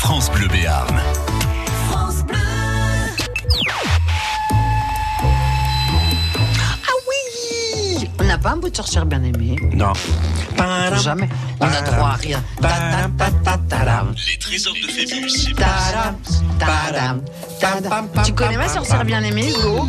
France Bleu Béarn. France Bleu. Ah oui, on n'a pas un bout de sorcière bien aimé. Non. Jamais. On a droit à rien. Les trésors de Phébus. Tu connais ma sorcière bien aimée, Hugo?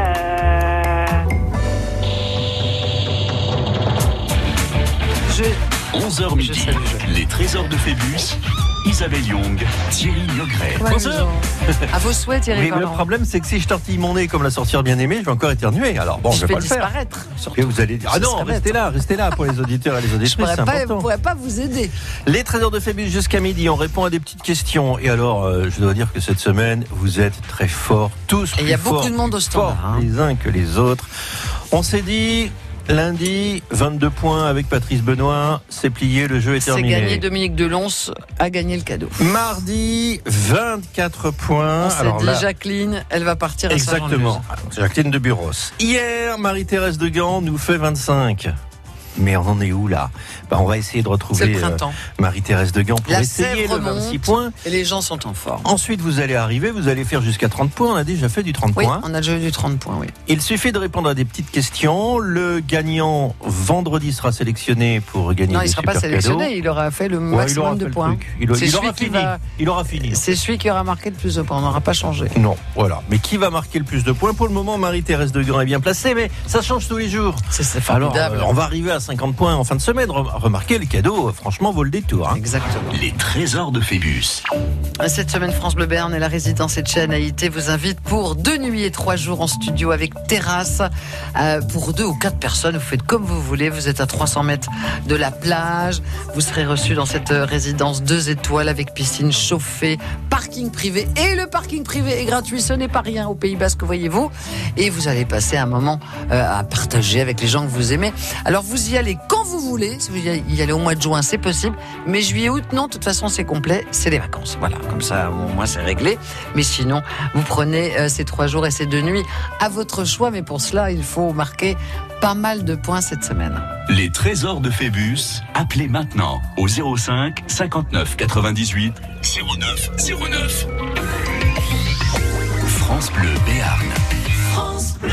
11h midi. Les trésors de Phébus. Isabelle Young, Thierry Niogret. Bonjour. À vos souhaits, Thierry. Oui, mais le problème, c'est que si je tortille mon nez comme la sorcière bien aimée, je vais encore éternuer. Alors bon, je vais pas le faire. Disparaître. Et vous allez dire, ah non, restez là pour les auditeurs et les auditrices, c'est important. Je ne pourrais pas vous aider. Les trésors de Phébus jusqu'à midi, on répond à des petites questions. Et alors, je dois dire que cette semaine, vous êtes très forts, tous. Et il y a beaucoup de monde au standard. Les uns que les autres. On s'est dit... Lundi, 22 points avec Patrice Benoît. C'est plié, le jeu est terminé. C'est gagné, Dominique Delonce a gagné le cadeau. Mardi, 24 points. On s'est dit, Jacqueline, elle va partir à Saint-Jean-de-Luz. Exactement, Jacqueline de Buros. Hier, Marie-Thérèse de Gand nous fait 25. Mais on en est où là? On va essayer de retrouver Marie-Thérèse de Gand pour essayer le 26 points. Et les gens sont en forme. Ensuite, vous allez arriver, vous allez faire jusqu'à 30 points. On a déjà fait du 30 points. Oui, on a déjà eu du 30 points, oui. Il suffit de répondre à des petites questions. Le gagnant, vendredi, sera sélectionné pour gagner des super cadeaux. Non, il ne sera pas sélectionné, il aura fait le maximum de points. Il aura fini. C'est celui qui aura marqué le plus de points, on n'aura pas changé. Non, voilà. Mais qui va marquer le plus de points? Pour le moment, Marie-Thérèse de Gand est bien placée, mais ça change tous les jours. C'est formidable. Alors, on va arriver à 50 points en fin de semaine. Remarquez, le cadeau, franchement, vaut le détour. Exactement. Les trésors de Phébus. Cette semaine, France Bleu Béarn et la résidence Etcheanaïté vous invitent pour 2 nuits et 3 jours en studio avec terrasse. Pour 2 ou 4 personnes, vous faites comme vous voulez. Vous êtes à 300 mètres de la plage. Vous serez reçus dans cette résidence 2 étoiles avec piscine chauffée, parking privé. Et le parking privé est gratuit. Ce n'est pas rien au Pays Basque, voyez-vous. Et vous allez passer un moment à partager avec les gens que vous aimez. Alors, vous y allez quand vous voulez. Si vous y allez au mois de juin, c'est possible. Mais juillet, août, non. De toute façon, c'est complet. C'est les vacances. Voilà. Comme ça, au moins, c'est réglé. Mais sinon, vous prenez ces 3 jours et ces 2 nuits à votre choix. Mais pour cela, il faut marquer pas mal de points cette semaine. Les trésors de Phébus. Appelez maintenant au 05 59 98 09 09. France Bleu Béarn. France Bleu.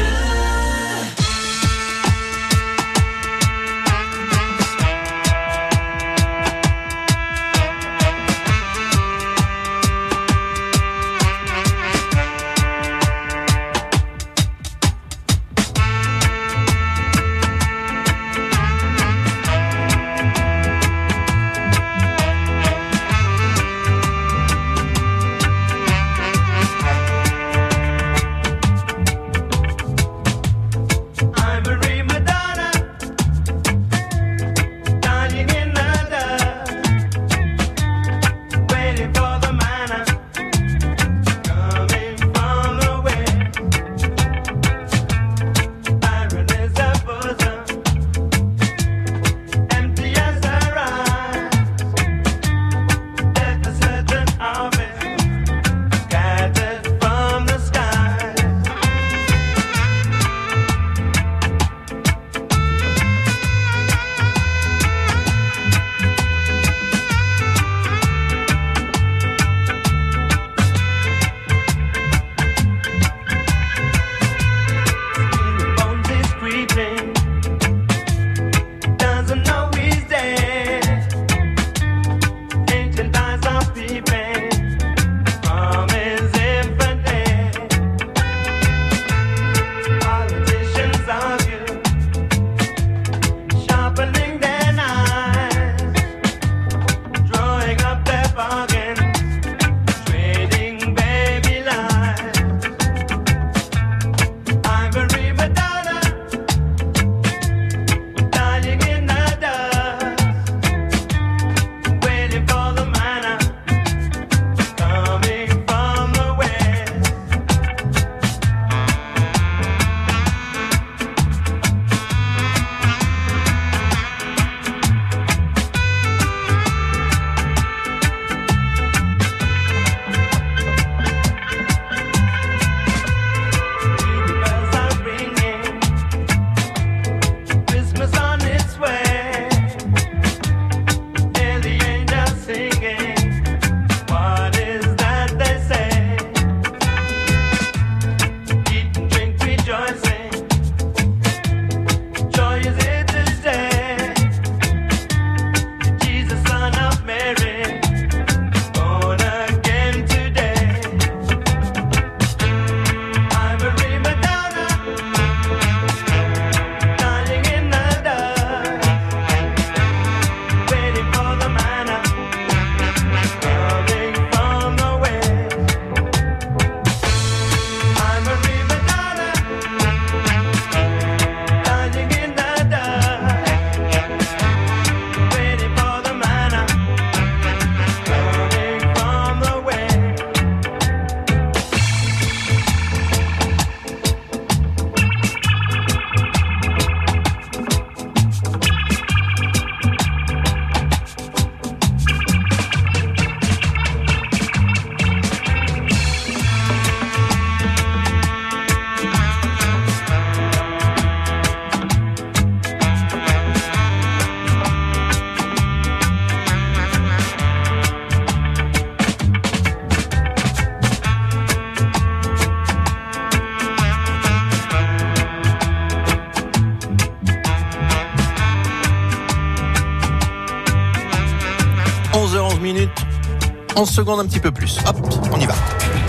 11 secondes, un petit peu plus. Hop, on y va.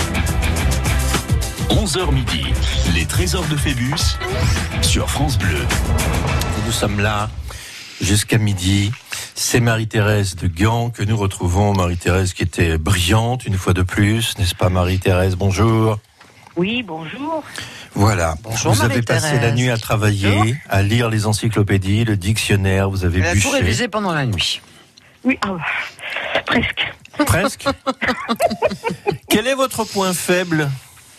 11h midi, les trésors de Phébus sur France Bleu. Nous sommes là jusqu'à midi. C'est Marie-Thérèse de Gand que nous retrouvons. Marie-Thérèse qui était brillante une fois de plus, n'est-ce pas Marie-Thérèse? Bonjour. Oui, bonjour. Voilà, bonjour, vous avez passé la nuit à travailler, bonjour, à lire les encyclopédies, le dictionnaire, vous avez bûché. Tout révisé pendant la nuit. Oui, presque. Presque. Quel est votre point faible?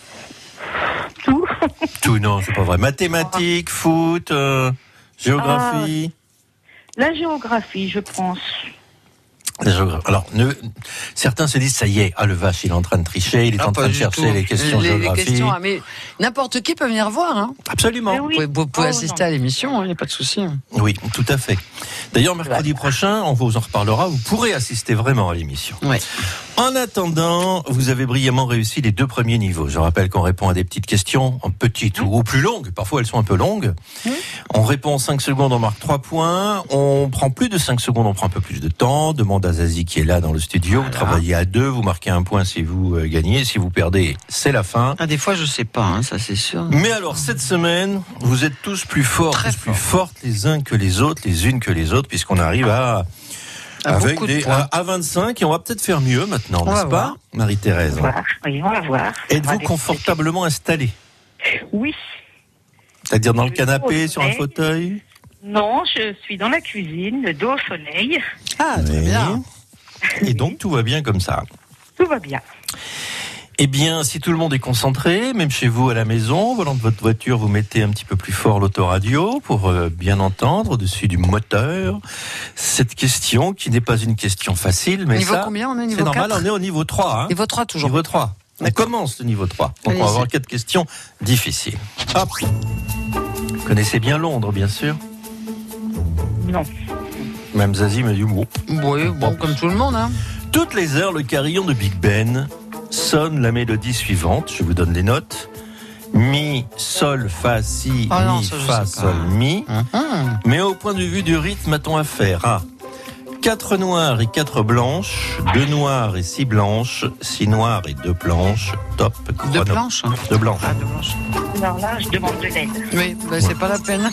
Tout. Tout, non, c'est pas vrai. Mathématiques, foot, géographie. La géographie, je pense. Alors, certains se disent, ça y est, le vache, il est en train de tricher, il est en train de chercher les questions géographiques. Les questions, mais n'importe qui peut venir voir. Hein. Absolument. Oui. Vous pouvez assister à l'émission, il n'y a pas de souci. Oui, tout à fait. D'ailleurs, mercredi prochain, on vous en reparlera, vous pourrez assister vraiment à l'émission. Oui. En attendant, vous avez brillamment réussi les 2 premiers niveaux. Je rappelle qu'on répond à des petites questions, petites ou plus longues. Parfois, elles sont un peu longues. On répond en 5 secondes, on marque 3 points. On prend plus de 5 secondes, on prend un peu plus de temps. Demande à Zazie qui est là dans le studio. Vous travaillez à 2, vous marquez 1 point si vous gagnez. Si vous perdez, c'est la fin. Des fois, je sais pas, ça c'est sûr. Mais alors, cette semaine, vous êtes tous plus forts, plus fortes les uns que les autres, les unes que les autres, puisqu'on arrive à 25, et on va peut-être faire mieux maintenant, n'est-ce pas, Marie-Thérèse? Oui, on va voir. Êtes-vous confortablement installée? Oui. C'est-à-dire dans le canapé, sur un fauteuil? Non, je suis dans la cuisine, le dos au soleil. Très bien. Et donc, tout va bien comme ça? Tout va bien. Eh bien, si tout le monde est concentré, même chez vous à la maison, au volant de votre voiture, vous mettez un petit peu plus fort l'autoradio pour bien entendre au-dessus du moteur cette question qui n'est pas une question facile, mais niveau combien on est? Niveau c'est normal, 4? on est au niveau 3. Niveau 3 toujours. Niveau 3. On commence le niveau 3. Donc on va avoir 4 questions difficiles. Hop. Vous connaissez bien Londres, bien sûr? Non. Même Zazie me dit bon. Oui, bon, comme tout le monde. Hein. Toutes les heures, le carillon de Big Ben sonne la mélodie suivante. Je vous donne les notes. Mi, sol, fa, si, mi, fa, sol, mi. Mais au point de vue du rythme, a-t-on affaire à 4 noires et 4 blanches, 2 noires et 6 blanches, 6 noires et 2 blanches. Top. 2 blanches? 2 blanches. 2 blanches. Alors là, je demande de l'aide. Oui, c'est pas la peine.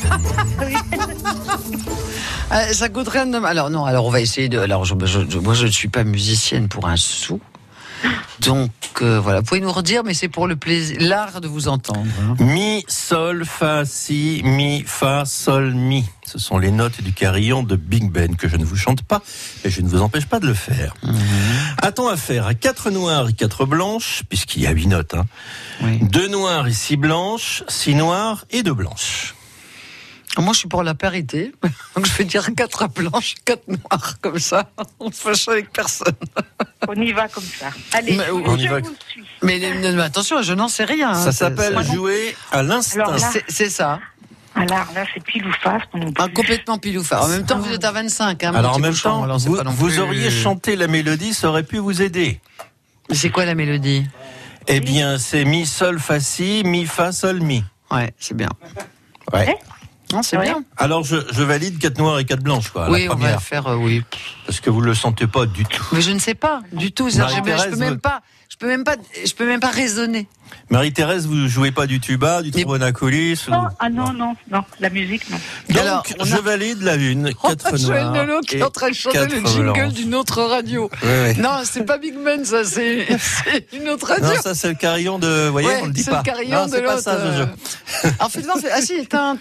Ça coûterait un... Alors non, alors on va essayer de... Alors moi je ne suis pas musicienne pour un sou. Donc voilà, vous pouvez nous redire, mais c'est pour le plaisir, l'art de vous entendre. Hein. Mi, sol, fa, si, mi, fa, sol, mi. Ce sont les notes du carillon de Big Ben que je ne vous chante pas, mais je ne vous empêche pas de le faire. A-t-on affaire à 4 noires et 4 blanches, puisqu'il y a 8 notes, 2 noires et 6 blanches, 6 noires et 2 blanches. Moi, je suis pour la parité. Donc, je vais dire 4 blanches, 4 noires, comme ça. On se fâche avec personne. On y va comme ça. Allez, on y va. Mais attention, je n'en sais rien. Ça s'appelle jouer à l'instinct. C'est ça. Alors là, c'est pile ou face. Complètement pile ou face. En même temps, vous êtes à 25. Hein, alors, en même temps, vous auriez chanté la mélodie, ça aurait pu vous aider. Mais c'est quoi la mélodie? Eh bien, c'est mi, sol, fa, si, mi, fa, sol, mi. Ouais, c'est bien. Ouais. Non, c'est bien. Alors, je valide 4 noires et 4 blanches, quoi. Oui, on va le faire, oui. Parce que vous le sentez pas du tout. Mais je ne sais pas, du tout. Je peux même pas raisonner. Marie-Thérèse, vous jouez pas du tuba, du trombonacolis? Non, la musique, non. Donc, alors, je valide la une, 4 noirs. Nolo qui est en train de chanter le jingle d'une autre radio. Oui. Non, c'est pas Big Ben, ça, c'est une autre radio. Non, ça, c'est le carillon de, vous voyez, on le dit pas. C'est le carillon de l'autre. C'est pas ça, Jojo. En fait, non, c'est, si, tin.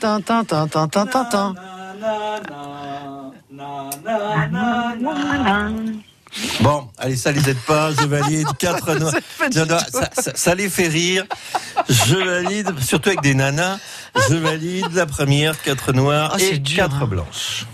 Bon, allez, ça les aide pas, je valide 4 noirs. Ça les fait rire. Je valide, surtout avec des nanas, je valide la première, 4 noires et 4 blanches.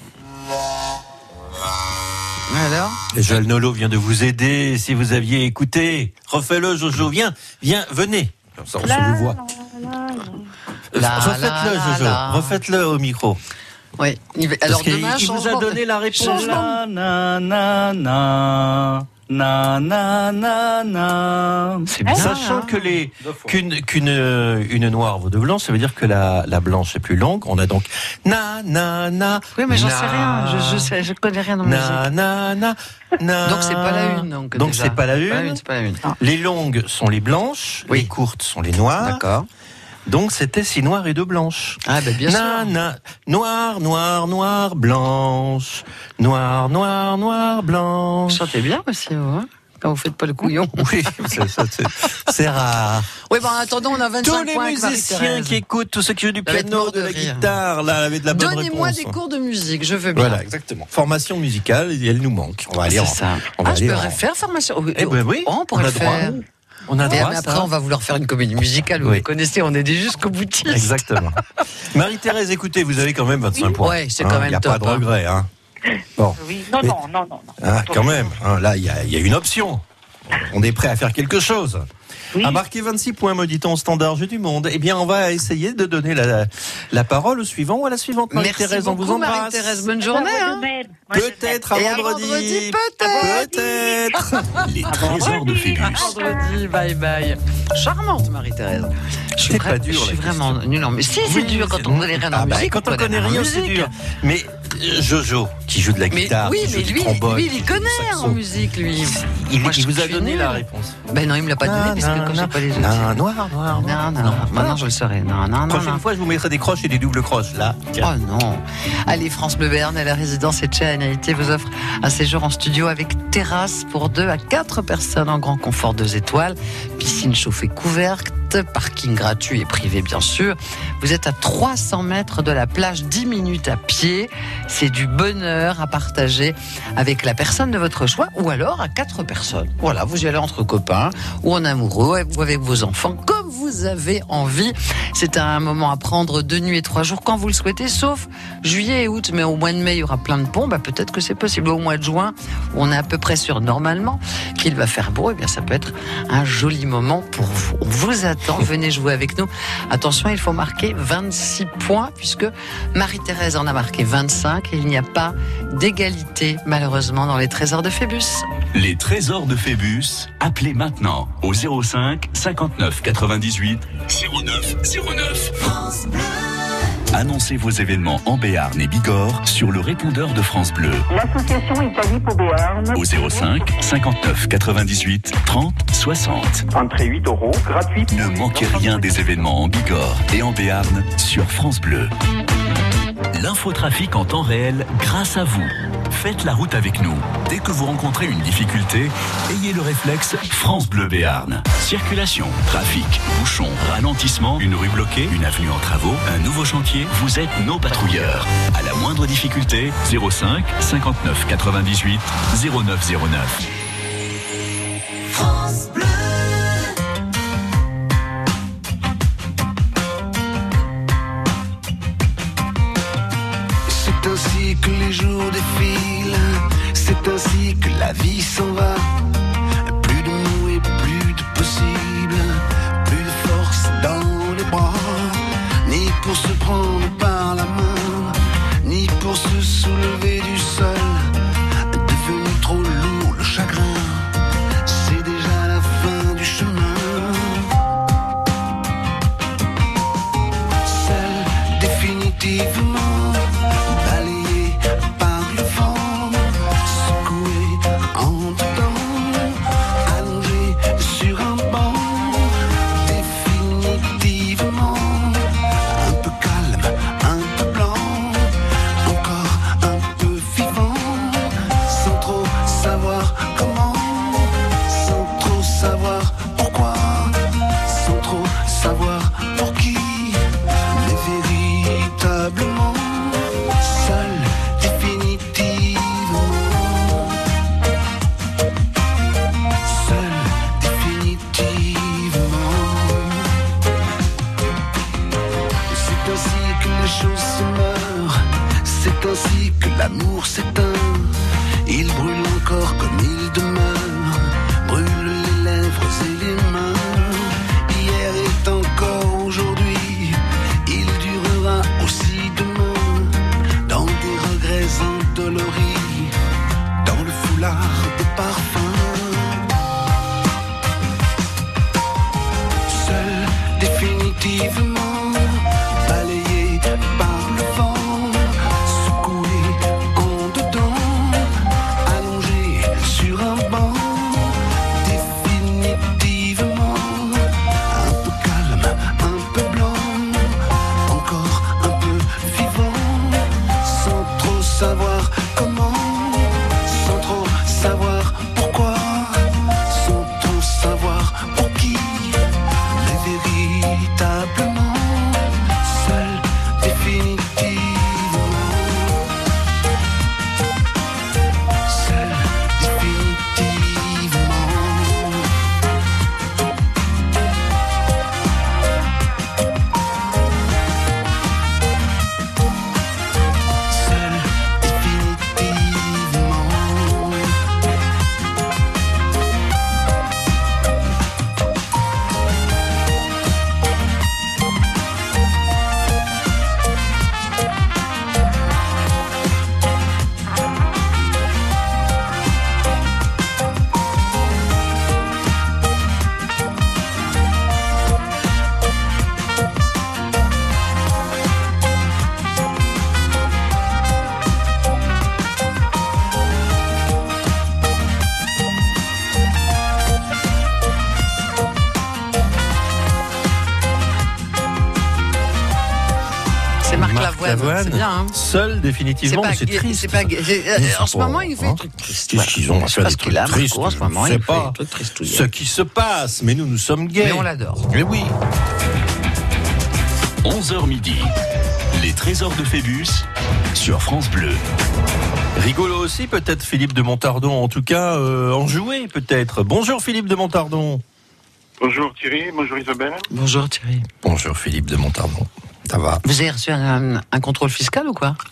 Alors et Joël Nolo vient de vous aider. Si vous aviez écouté, refais-le, Jojo, venez. Comme ça, on se vous voit. Refaites-le, Jojo, refaites-le au micro. Oui. Alors demain, il vous a donné la réponse. Na na na na. C'est bien. Sachant que qu'une noire vaut deux blanches, ça veut dire que la blanche est plus longue. On a donc na na na. Oui, mais j'en sais rien. Je connais rien en musique. Na. Donc c'est pas la une. Donc c'est pas la une. C'est pas la une. Les longues sont les blanches, Oui. les courtes sont les noires. D'accord. Donc c'était 6 noires et 2 blanches. Ah ben bien sûr. Noir, blanche. Noir, blanche. Vous chantez bien aussi, vous, hein, quand vous faites pas le couillon. Oui, c'est rare. Oui, bon, en attendant, on a 25 Tous les points avec musiciens Marie-Thérèse. qui écoutent, tous ceux qui jouent du Ça va être piano, mort de de la rire. guitare, là, avec de la bonne réponse. Donnez-moi des cours de musique, je veux bien. Voilà, exactement. Formation musicale, elle nous manque. On va aller C'est en. ça. On va Je aller pourrais en. faire formation. Eh ben oui, on pourrait on a le droit. faire. On a droit. Mais après, ça. on va vouloir faire une comédie musicale. Vous Oui. me connaissez, on est des jusqu'au boutiste. Exactement. Marie-Thérèse, écoutez, vous avez quand même 25 points. Ouais, c'est quand même Il n'y a top, pas de regret. Hein. Bon. Oui, non. Ah, quand même. Hein, là, il y a une option. On est prêt à faire quelque chose. Oui. À marquer 26 points, me dit-on, au standard jeu du monde. Eh bien, on va essayer de donner la parole au suivant ou à la suivante. Marie-Thérèse, on vous beaucoup, embrasse. Marie-Thérèse, bonne journée. Hein. Peut-être à Et à vendredi. vendredi, peut-être. Peut-être. Les trésors de Phébus. Vendredi, bye bye. Charmante, Marie-Thérèse. C'est pas dur, Je suis la vraiment nul en musique. Si, c'est dur quand on connaît rien en musique. Quand on connaît en rien, c'est musique. dur. Mais Jojo, qui joue de la Mais guitare, oui, qui joue mais du lui, trombone, lui, il connaît du en saxo. musique, lui. Il Moi, je vous a suis donné nulle. la réponse. Ben non, il me l'a pas donné, puisque comme j'ai pas les outils. Noir. Non. Maintenant, je le saurai. Non. Prochaine fois, je vous mettrai des croches et des doubles croches. Là, tiens. Oh non. Allez, France Bleu Béarn et la résidence Etchea Haïté vous offre un séjour en studio avec terrasse pour 2 à 4 personnes en grand confort 2 étoiles, piscine chauffée couverte, parking gratuit et privé bien sûr. Vous êtes à 300 mètres de la plage, 10 minutes à pied. C'est du bonheur à partager avec la personne de votre choix ou alors à 4 personnes. Voilà, vous y allez entre copains ou en amoureux ou avec vos enfants, comme vous avez envie. C'est un moment à prendre 2 nuits et 3 jours quand vous le souhaitez, sauf juillet et août. Mais au mois de mai, il y aura plein de ponts. Peut-être que c'est possible. Au mois de juin, où on est à peu près sûr normalement qu'il va faire beau, et bien ça peut être un joli moment pour vous. On vous attend. Venez jouer avec nous. Attention, il faut marquer 26 points puisque Marie-Thérèse en a marqué 25 et il n'y a pas d'égalité malheureusement dans les trésors de Phébus. Les trésors de Phébus, appelez maintenant au 05 59 98 09. France Bleu. Annoncez vos événements en Béarn et Bigorre sur le répondeur de France Bleu L'association Italie pour Béarn. au 05 59 98 30 60. Entrée 8 €, gratuit. Ne manquez rien des événements en Bigorre et en Béarn sur France Bleu. L'infotrafic en temps réel grâce à vous. Faites la route avec nous. Dès que vous rencontrez une difficulté, ayez le réflexe France Bleu Béarn. Circulation, trafic, bouchons, ralentissement, une rue bloquée, une avenue en travaux, un nouveau chantier, vous êtes nos patrouilleurs. À la moindre difficulté, 05 59 98 0909. France Bleu. C'est ainsi que les jours défilent, c'est ainsi que la vie s'en va. Plus de mots et plus de possible, plus de force dans les bras, ni pour se prendre par la main, ni pour se soulever du sol. Devenu trop lourd le chagrin. définitivement balayé par le vent, secoué en dedans, allongé sur un banc. Définitivement un peu calme, un peu blanc, encore un peu vivant, sans trop savoir comment, sans trop savoir pourquoi, sans trop savoir pour qui, mais véritablement seul définitivement, seul définitivement. Seul définitivement. C'est Marc Marc Lavoine, Lavoine. c'est bien. Hein. Seul, définitivement, mais c'est gai, triste. c'est pas gai. En ce moment, il fait des trucs tristes. Qu'est-ce qu'ils ont à Je sais faire pas des ce trucs qu'il a, tristes, Marco, en ce moment, je il sais fait pas des trucs tristouillés. ce qui se passe, mais nous sommes gays. Mais on l'adore. Mais oui. 11h midi. Les trésors de Phébus sur France Bleu. Rigolo aussi, peut-être, Philippe de Montardon. En tout cas, enjoué, peut-être. Bonjour, Philippe de Montardon. Bonjour Thierry, bonjour Isabelle. Bonjour Thierry. Bonjour, Philippe de Montardon. Ça va? Vous avez reçu un contrôle fiscal ou quoi?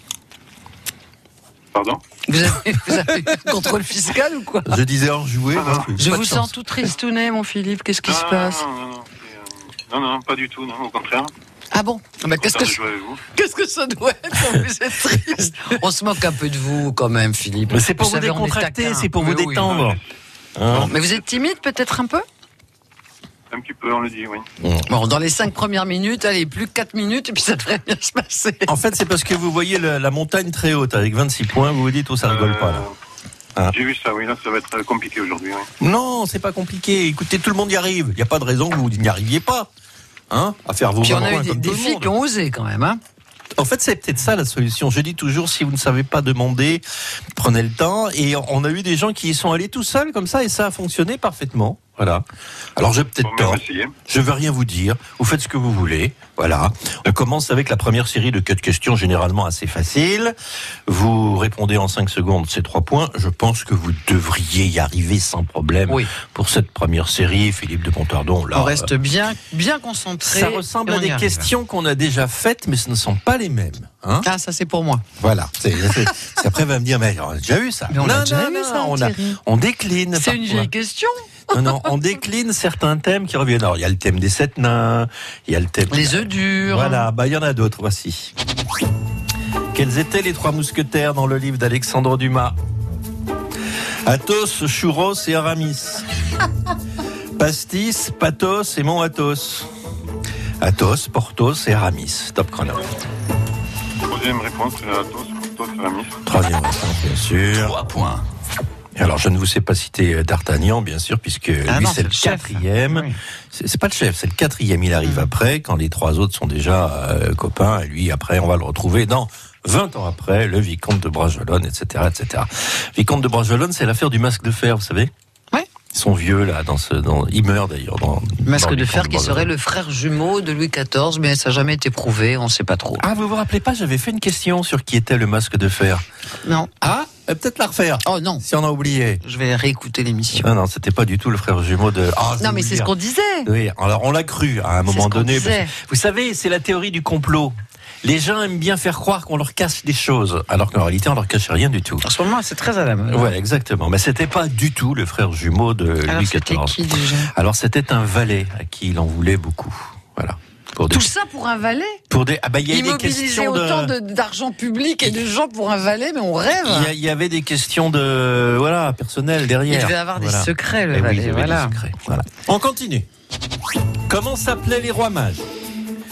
Pardon? Vous avez un contrôle fiscal ou quoi? Je disais enjoué. moi, Je pas vous de sens chance. tout tristounet, mon Philippe. Qu'est-ce qui se passe? Non, pas du tout, non, au contraire. Ah bon? Bah, qu'est-ce Content que de jouer avec vous. Qu'est-ce que ça doit être quand vous êtes triste? On se moque un peu de vous quand même, Philippe. Mais c'est pour vous savez, on est décontracter, taquin. c'est pour Mais vous oui. détendre. Hein? Mais vous êtes timide peut-être un peu? Un petit peu, on le dit, oui. Bon, dans les 5 premières minutes, allez, plus que 4 minutes et puis ça devrait bien se passer. En fait, c'est parce que vous voyez la montagne très haute avec 26 points, vous vous dites, oh, ça rigole pas là. Ah. J'ai vu ça, oui, là, ça va être compliqué aujourd'hui, oui. Non, c'est pas compliqué. Écoutez, tout le monde y arrive. Il n'y a pas de raison que vous n'y arriviez pas. Hein, à faire vos Puis on a marins eu comme des tout le filles monde. qui ont osé quand même, hein. En fait, c'est peut-être ça la solution. Je dis toujours, si vous ne savez pas demander, prenez le temps. Et on a eu des gens qui y sont allés tout seuls comme ça et ça a fonctionné parfaitement. Voilà. Alors j'ai peut-être Bon, mais on tort. va essayer. Je veux rien vous dire. Vous faites ce que vous voulez. Voilà. On commence avec la première série de 4 questions généralement assez faciles. Vous répondez en 5 secondes, c'est 3 points. Je pense que vous devriez y arriver sans problème. Oui. Pour cette première série, Philippe de Montardon. Là, On reste bien concentré. ça ressemble et à on y des arrive. questions qu'on a déjà faites, mais ce ne sont pas les mêmes. Hein, Ah, ça c'est pour moi. voilà. Après, elle va me dire, mais on a déjà eu ça. Mais on a déjà eu ça, Thierry. on décline. C'est une parfois. vieille question. Non, on décline certains thèmes qui reviennent. Alors, il y a le thème des 7 nains, il y a le thème... Les œufs durs. Voilà, il y en a d'autres, voici. Quels étaient les 3 mousquetaires dans le livre d'Alexandre Dumas? Athos, Churros et Aramis. Pastis, Pathos et Mont-Athos. Athos, Porthos et Aramis. Top chrono. Troisième réponse, Athos, Porthos, Aramis. Troisième réponse, bien sûr. 3 points. Et alors, je ne vous ai pas cité D'Artagnan, bien sûr, puisque Ah lui, non, c'est le chef. 4e. Oui. C'est pas le chef, c'est le 4e. Il arrive après, quand les 3 autres sont déjà copains. Et lui, après, on va le retrouver dans 20 ans après, le vicomte de Bragelonne, etc., etc. Vicomte de Bragelonne, c'est l'affaire du masque de fer, vous savez? Ouais. Ils sont vieux, là, il meurt d'ailleurs dans Masque dans de le fer vicomte qui de serait Bragelonne. le frère jumeau de Louis XIV, mais ça n'a jamais été prouvé, on ne sait pas trop. Ah, vous vous rappelez pas, j'avais fait une question sur qui était le masque de fer. Non. Ah, peut-être la refaire. Oh non. Si on a oublié. Je vais réécouter l'émission. Non, c'était pas du tout le frère jumeau de... Ah, je vais Non, mais vous c'est dire. ce qu'on disait. Oui, alors on l'a cru à un moment ce qu'on donné. disait. Vous savez, c'est la théorie du complot. Les gens aiment bien faire croire qu'on leur cache des choses, alors qu'en réalité, on leur cache rien du tout. En ce moment, c'est très à la mode. Voilà, exactement. Mais c'était pas du tout le frère jumeau de Alors, Louis c'était XIV. qui déjà? Alors, c'était un valet à qui il en voulait beaucoup. Voilà. Pour des, Tout ça pour un valet? pour des, ah bah, il y a des Immobiliser questions autant de... d'argent public et de gens pour un valet, mais on rêve. Il y avait des questions de, voilà, personnelles derrière. Il devait avoir Voilà. des secrets, le Eh oui, valet. il y avait Voilà. des secrets. Voilà. On continue. Comment s'appelaient les rois mages?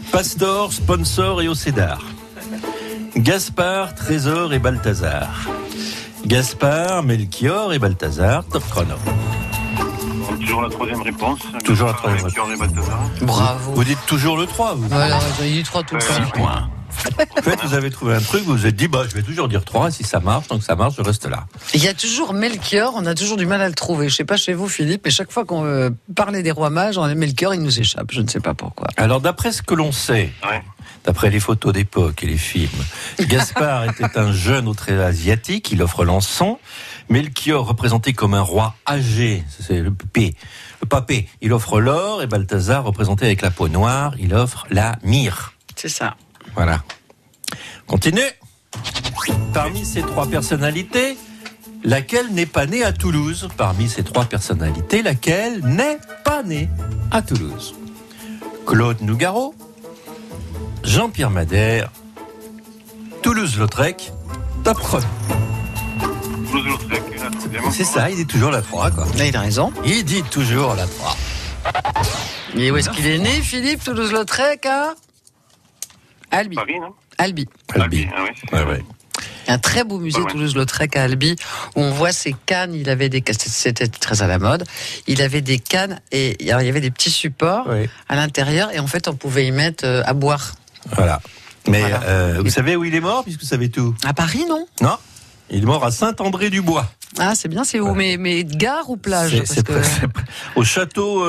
Pastor, Sponsor et Océdar. Gaspard, Trésor et Balthazar. Gaspard, Melchior et Balthazar. Top chrono. Toujours la troisième réponse. Toujours la troisième Melchior et Balthazar. Bravo. Vous dites toujours le 3, vous. Voilà, j'ai dit 3 tout le temps. 6 points. En fait, vous avez trouvé un truc, vous vous êtes dit, je vais toujours dire 3, si ça marche, tant que ça marche, je reste là. Il y a toujours Melchior, on a toujours du mal à le trouver. Je sais pas chez vous, Philippe, mais chaque fois qu'on parlait des rois mages, Melchior, il nous échappe. Je ne sais pas pourquoi. Alors, d'après ce que l'on sait, d'après les photos d'époque et les films, Gaspard était un jeune autre asiatique, il offre l'encens. Melchior, représenté comme un roi âgé, c'est le papé, il offre l'or, et Balthazar, représenté avec la peau noire, il offre la myrrhe. C'est ça. Voilà. Continue. Parmi ces 3 personnalités, laquelle n'est pas née à Toulouse ? Parmi ces 3 personnalités, laquelle n'est pas née à Toulouse ? Claude Nougaro, Jean-Pierre Madère, Toulouse-Lautrec, top chrono. Toulouse-Lautrec, la troisième. C'est ça, il dit toujours la 3, quoi. Là, il a raison. Il dit toujours la 3. Et où est-ce qu'il est né, Philippe, Toulouse-Lautrec, hein ? Albi. Paris, non ? Albi. Albi. Ah oui. Ouais. Un très beau musée Toulouse-Lautrec à Albi où on voit ces cannes. Il avait des, c'était très à la mode. Il avait des cannes et il y avait des petits supports à l'intérieur et en fait on pouvait y mettre à boire. Voilà. Mais voilà. Vous savez où il est mort, puisque vous savez tout ? À Paris, non ? Non. Il est mort à Saint-André-du-Bois. Ah, c'est bien, c'est où ? Mais gare ou plage ? C'est au château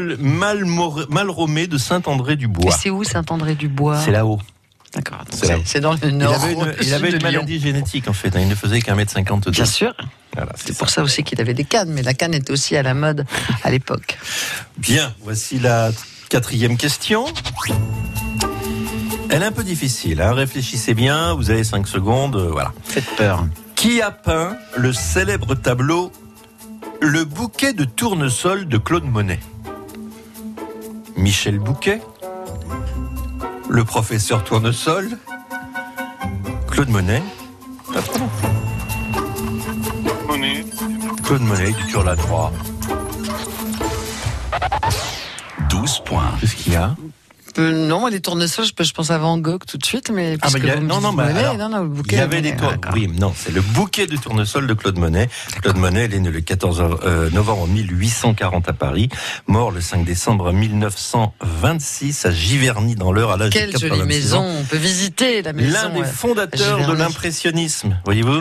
Malromé de Saint-André-du-Bois. Et c'est où Saint-André-du-Bois ? C'est là-haut. D'accord. C'est dans le nord. Il avait une maladie génétique en fait. Il ne faisait qu'1m52. Bien sûr. Voilà, c'est pour ça aussi qu'il avait des cannes. Mais la canne était aussi à la mode à l'époque. Bien, voici la 4e question. Elle est un peu difficile. Réfléchissez bien, vous avez 5 secondes. Voilà. Faites peur. Qui a peint le célèbre tableau Le bouquet de tournesol de Claude Monet ? Michel Bouquet ? Le professeur Tournesol ? Claude Monet ? Monet. Claude Monet, du sur la 3. 12 points. Qu'est-ce qu'il y a ? Non, les tournesols, je pense à Van Gogh tout de suite, mais le bouquet. Il y avait des tournesols. Oui, non, c'est le bouquet de tournesol de Claude Monet. D'accord. Claude Monet, il est né le 14 novembre 1840 à Paris, mort le 5 décembre 1926 à Giverny dans l'Eure à l'âge de 86 ans. Quelle jolie maison, on peut visiter la maison. L'un des fondateurs de l'impressionnisme, voyez-vous.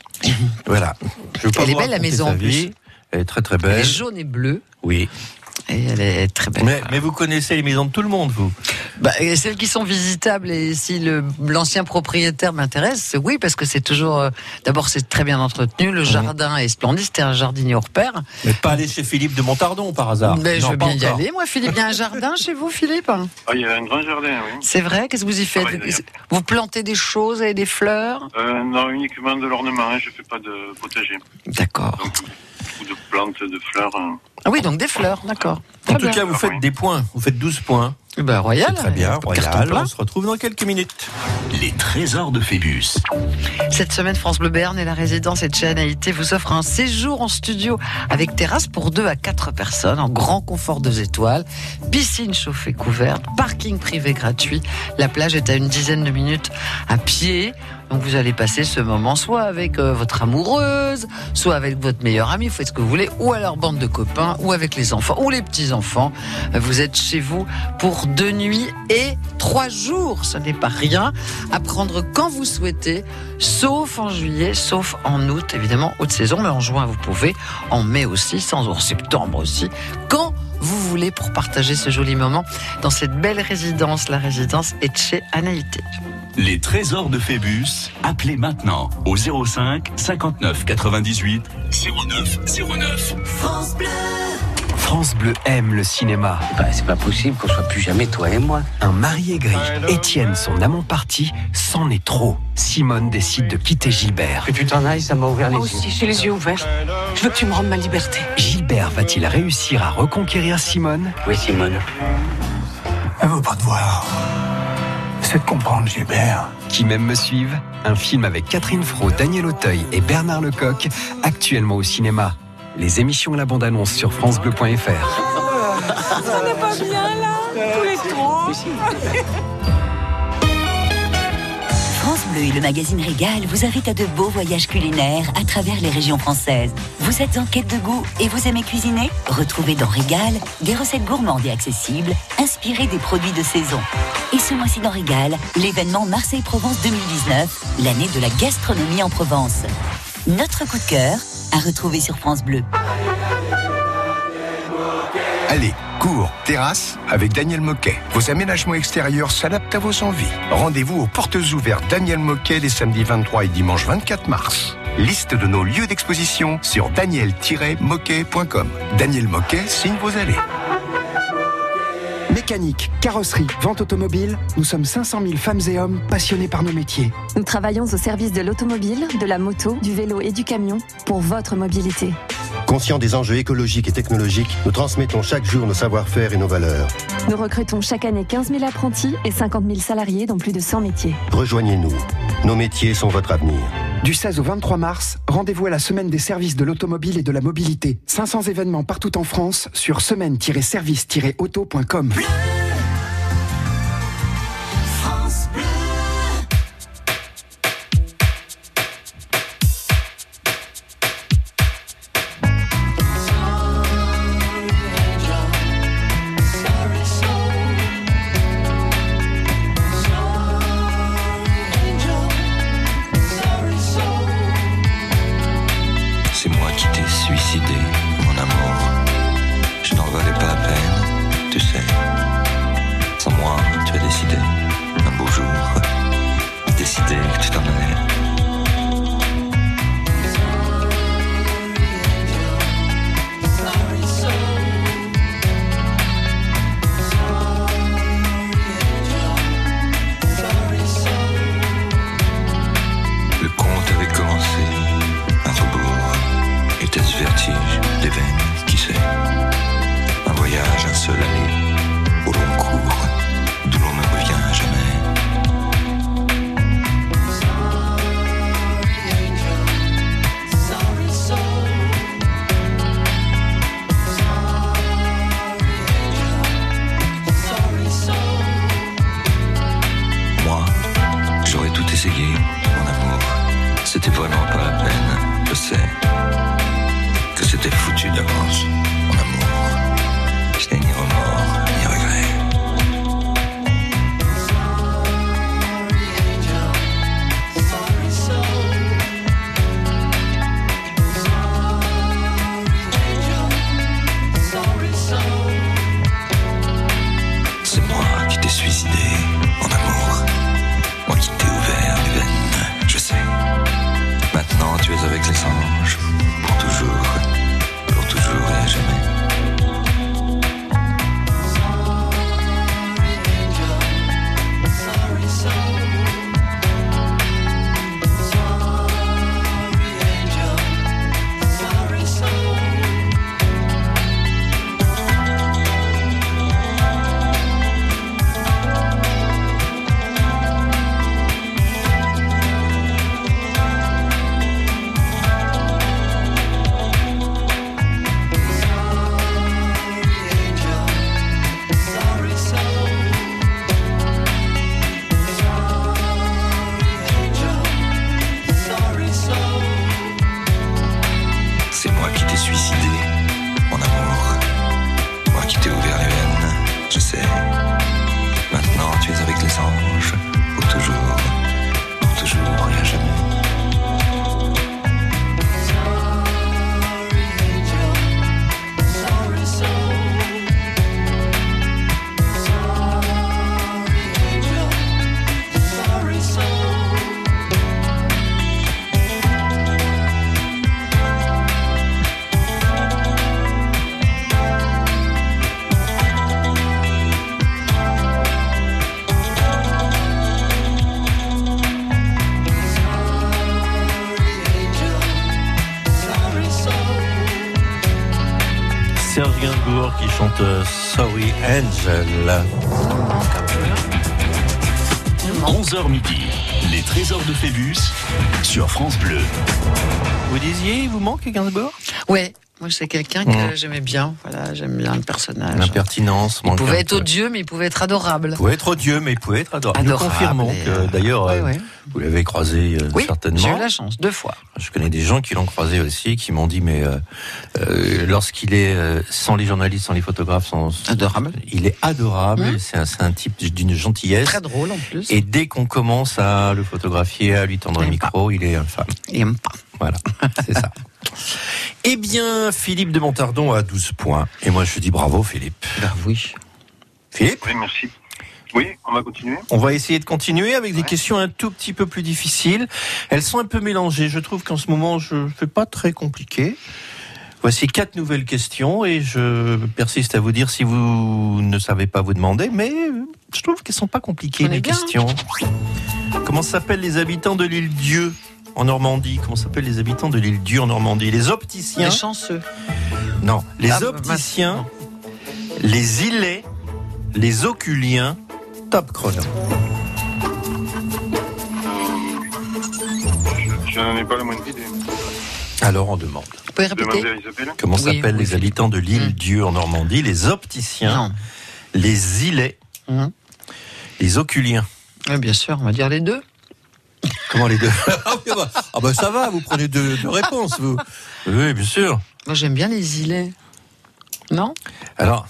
Voilà. Elle est belle la maison en plus. Elle est très très belle. Elle est jaune et bleue. Oui. Et elle est très belle. Mais vous connaissez les maisons de tout le monde, vous ? Celles qui sont visitables, et si l'ancien propriétaire m'intéresse, oui, parce que c'est toujours... d'abord, c'est très bien entretenu, le jardin est splendide, c'était un jardinier hors pair. Mais pas aller chez Philippe de Montardon, par hasard. Je veux bien y aller, moi, Philippe. Il y a un jardin chez vous, Philippe ? Il y a un grand jardin, oui. C'est vrai ? Qu'est-ce que vous y faites ? Vous plantez des choses et des fleurs ? Non, uniquement de l'ornement, je ne fais pas de potager. D'accord. Donc, ou de plantes, de fleurs. Ah oui, donc des fleurs, d'accord. En tout cas, vous faites des points. Vous faites 12 points. Royal. C'est très bien, Royal. On se retrouve dans quelques minutes. Les trésors de Phébus. Cette semaine, France Bleu Béarn et la résidence Etchen Haïté vous offrent un séjour en studio avec terrasse pour 2 à 4 personnes en grand confort 2 étoiles, piscine chauffée couverte, parking privé gratuit. La plage est à une dizaine de minutes à pied. Donc vous allez passer ce moment soit avec votre amoureuse, soit avec votre meilleur ami, vous faites ce que vous voulez, ou alors bande de copains, ou avec les enfants, ou les petits-enfants. Vous êtes chez vous pour 2 nuits et 3 jours. Ce n'est pas rien à prendre quand vous souhaitez, sauf en juillet, sauf en août, évidemment, haute saison, mais en juin vous pouvez, en mai aussi, en septembre aussi, quand vous voulez pour partager ce joli moment dans cette belle résidence, la résidence Etchen Haïté. Les trésors de Phébus, appelez maintenant au 05 59 98 09 09. France Bleu. France Bleu aime le cinéma. C'est pas possible qu'on soit plus jamais toi et moi. Un mari aigri, Étienne, son amant parti, c'en est trop. Simone décide de quitter Gilbert. Que tu t'en ailles, ça m'a ouvert les yeux. Moi aussi, j'ai les yeux ouverts. Je veux que tu me rendes ma liberté. Gilbert va-t-il réussir à reconquérir Simone ? Oui, Simone. Elle veut pas te voir. C'est de comprendre, Gilbert. Qui m'aime me suive, un film avec Catherine Fro, Daniel Auteuil et Bernard Lecoq, actuellement au cinéma. Les émissions et la bande-annonce sur francebleu.fr. On n'est pas bien là, tous les trois. France Bleu et le magazine Régal vous invitent à de beaux voyages culinaires à travers les régions françaises. Vous êtes en quête de goût et vous aimez cuisiner ? Retrouvez dans Régal des recettes gourmandes et accessibles, inspirées des produits de saison. Et ce mois-ci dans Régal, l'événement Marseille-Provence 2019, l'année de la gastronomie en Provence. Notre coup de cœur à retrouver sur France Bleu. Allez, cours, terrasse avec Daniel Moquet. Vos aménagements extérieurs s'adaptent à vos envies. Rendez-vous aux portes ouvertes Daniel Moquet les samedis 23 et dimanche 24 mars. Liste de nos lieux d'exposition sur daniel-moquet.com. Daniel Moquet signe vos allées. Mécanique, carrosserie, vente automobile, nous sommes 500 000 femmes et hommes passionnés par nos métiers. Nous travaillons au service de l'automobile, de la moto, du vélo et du camion pour votre mobilité. Conscients des enjeux écologiques et technologiques, nous transmettons chaque jour nos savoir-faire et nos valeurs. Nous recrutons chaque année 15 000 apprentis et 50 000 salariés dans plus de 100 métiers. Rejoignez-nous. Nos métiers sont votre avenir. Du 16 au 23 mars, rendez-vous à la semaine des services de l'automobile et de la mobilité. 500 événements partout en France sur semaine-service-auto.com. Serge Gainsbourg qui chante Sorry Angel. 11h midi, les trésors de Phébus sur France Bleu. Vous disiez, il vous manque Gainsbourg ? Ouais. Moi, c'est quelqu'un que j'aimais bien. Voilà, j'aime bien le personnage. L'impertinence. Il pouvait être odieux, mais il pouvait être adorable. Il pouvait être odieux, mais il pouvait être adorable. Nous confirmons que, d'ailleurs, vous l'avez croisé certainement. J'ai eu la chance, 2 fois. Je connais des gens qui l'ont croisé aussi, qui m'ont dit, mais lorsqu'il est sans les journalistes, sans les photographes, adorable. Il est adorable. C'est un type d'une gentillesse. Très drôle en plus. Et dès qu'on commence à le photographier, à lui tendre le micro, il est infâme. Il aime pas. Voilà, c'est ça. Eh bien, Philippe de Montardon a 12 points. Et moi, je dis bravo, Philippe. Oui. Philippe ? Oui, merci. Oui, on va continuer. On va essayer de continuer avec des questions un tout petit peu plus difficiles. Elles sont un peu mélangées. Je trouve qu'en ce moment, je ne fais pas très compliqué. Voici 4 nouvelles questions et je persiste à vous dire si vous ne savez pas vous demander, mais je trouve qu'elles ne sont pas compliquées, les questions. Comment s'appellent les habitants de l'île Dieu en Normandie? Comment s'appellent les habitants de l'île Dieu en Normandie? Les opticiens. Les chanceux. Non, les opticiens, les îlets, les oculiens. Top chrono. Je n'en ai pas la moindre idée. Alors on demande. Vous pouvez répéter? Comment s'appellent les habitants de l'île Dieu en Normandie? Les opticiens, les îlets, les oculiens. Oui, bien sûr, on va dire les 2. Comment les 2? Ah bah ça va, vous prenez deux réponses, vous. Oui, bien sûr. Moi j'aime bien les îlets. Non? Alors...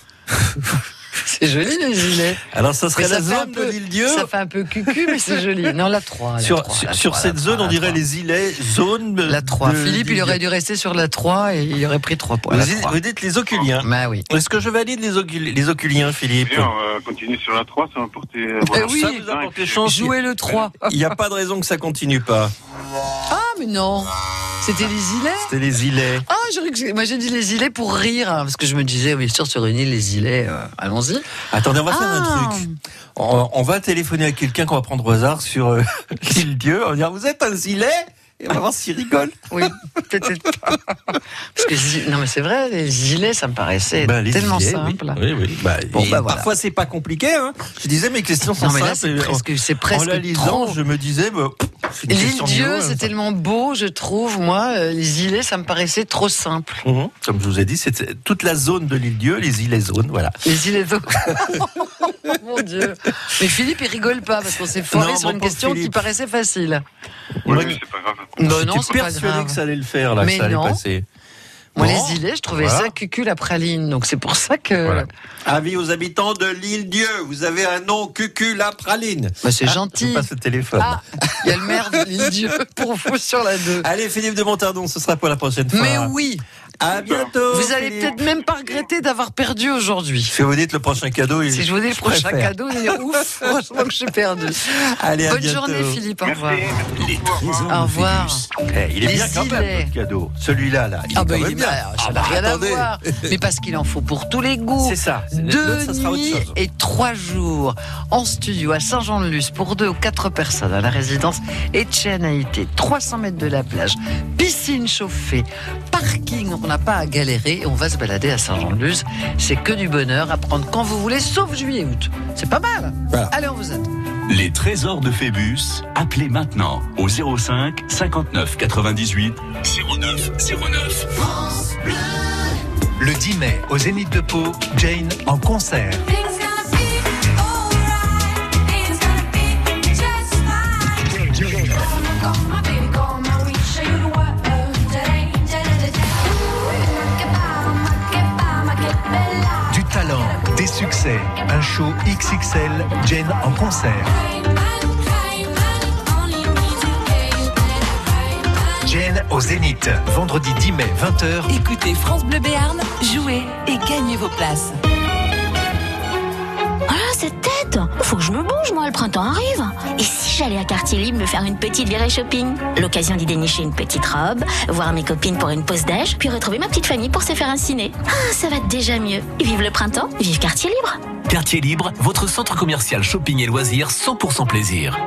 C'est joli les îlets. Alors ça serait la zone de l'île Dieu. Ça fait un peu cucu, mais c'est joli. Non, la 3. Sur cette zone, on dirait les îlets, zone. La 3. Philippe, il aurait dû rester sur la 3 et il aurait pris 3 points. Vous dites les oculiens. Bah oui. Est-ce que je valide les oculiens, Philippe? Bien, on va continuer sur la 3, ça va porter. Oui, ça vous apporte les chances. Jouez le 3. Il n'y a pas de raison que ça continue pas. Ah, mais non. C'était les îlets? C'était les îlets. Ah, moi j'ai dit les îlets pour rire, hein, parce que je me disais, bien sûr, sur une île, les îlets, allons-y. Attendez, on va faire un truc. On va téléphoner à quelqu'un qu'on va prendre au hasard sur l'île Dieu. On va dire, vous êtes un îlet? Et on va voir s'il rigole. Oui, peut-être pas. Parce que, non, mais c'est vrai, les îlets, ça me paraissait tellement îlets, simple. Oui. Voilà. Parfois, c'est pas compliqué. Hein. Je disais, mes questions sont simples. C'est presque en la lisant, je me disais, l'île Dieu, c'est tellement beau, je trouve. Moi, les îlets, ça me paraissait trop simple. Comme je vous ai dit, c'est toute la zone de l'île Dieu, les îlets zones, voilà. Les îlets zones. Mon Dieu. Mais Philippe, il rigole pas parce qu'on s'est foiré sur une question qui paraissait facile. Oui, mais c'est pas grave. J'étais persuadé que ça allait le faire, là, que ça allait passer. Moi, les îlets, je trouvais ça cucul à praline, donc c'est pour ça que... Voilà. Avis aux habitants de l'île Dieu, vous avez un nom cucul à praline. Bah, c'est gentil. Je passe le téléphone. Il y a le maire de l'île Dieu pour vous sur la 2. Allez, Philippe de Montardon, ce sera pour la prochaine fois. Mais oui. À bientôt. Vous allez peut-être même pas regretter d'avoir perdu aujourd'hui. Si vous dites le prochain cadeau, si je vous dis le prochain cadeau, vous allez dire ouf, franchement que j'ai perdu. Allez, bonne journée, Philippe. Au revoir. Au revoir. Il est bien quand même votre cadeau. Celui-là, là. Il est bien. Ça n'a rien à voir. Mais parce qu'il en faut pour tous les goûts. C'est ça. 2 nuits et 3 jours en studio à Saint-Jean-de-Luz pour 2 ou 4 personnes à la résidence Etienne Haïté. 300 mètres de la plage, piscine chauffée, parking. On n'a pas à galérer et on va se balader à Saint-Jean-de-Luz. C'est que du bonheur à prendre quand vous voulez, sauf juillet-août. C'est pas mal. Voilà. Allez, on vous aide. Les trésors de Phébus, appelez maintenant au 05 59 98 09 09. France Bleu. Le 10 mai, au Zénith de Pau, Jane en concert. Du talent, des succès, un show XXL, Jane en concert. Jane au Zénith, vendredi 10 mai, 20h. Écoutez France Bleu Béarn, jouez et gagnez vos places. Ah, cette tête! Faut que je me bouge, moi, le printemps arrive. Et si j'allais à Quartier Libre me faire une petite virée shopping? L'occasion d'y dénicher une petite robe, voir mes copines pour une pause déj, puis retrouver ma petite famille pour se faire un ciné. Ah, ça va déjà mieux. Vive le printemps, vive Quartier Libre. Quartier Libre, votre centre commercial shopping et loisirs 100% plaisir.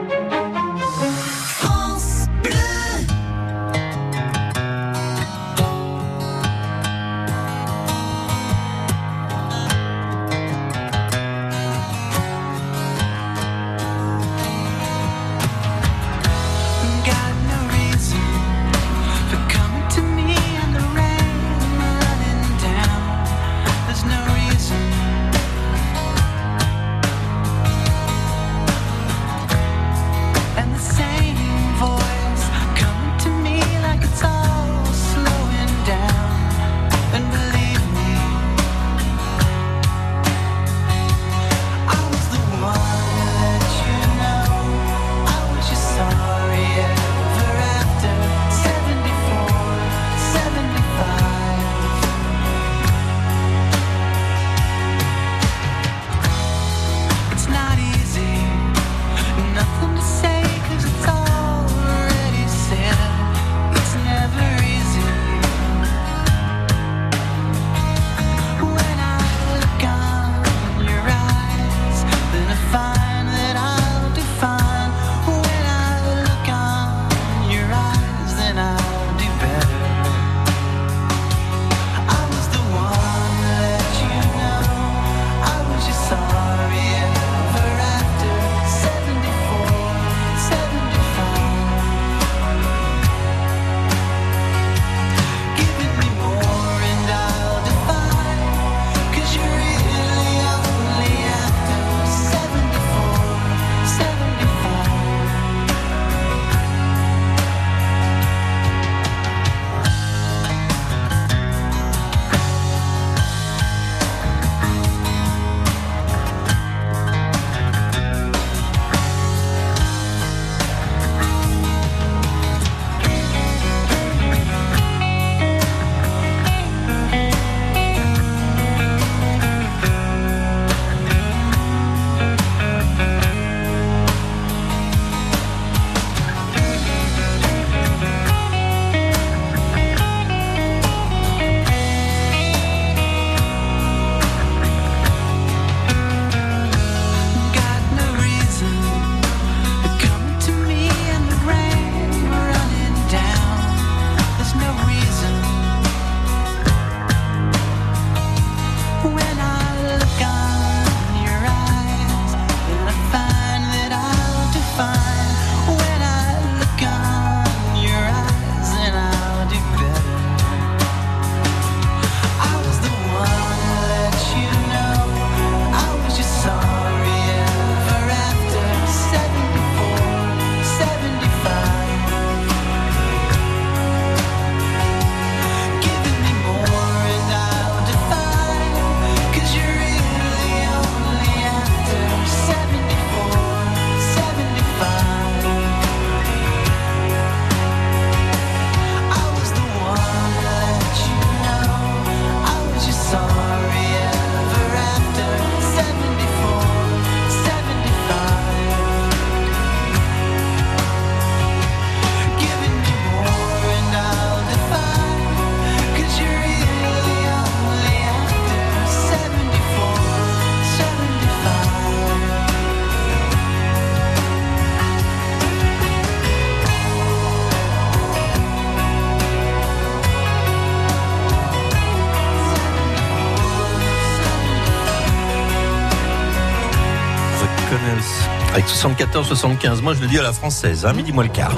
Connells avec 74-75. Moi, je le dis à la française, midi moins le quart.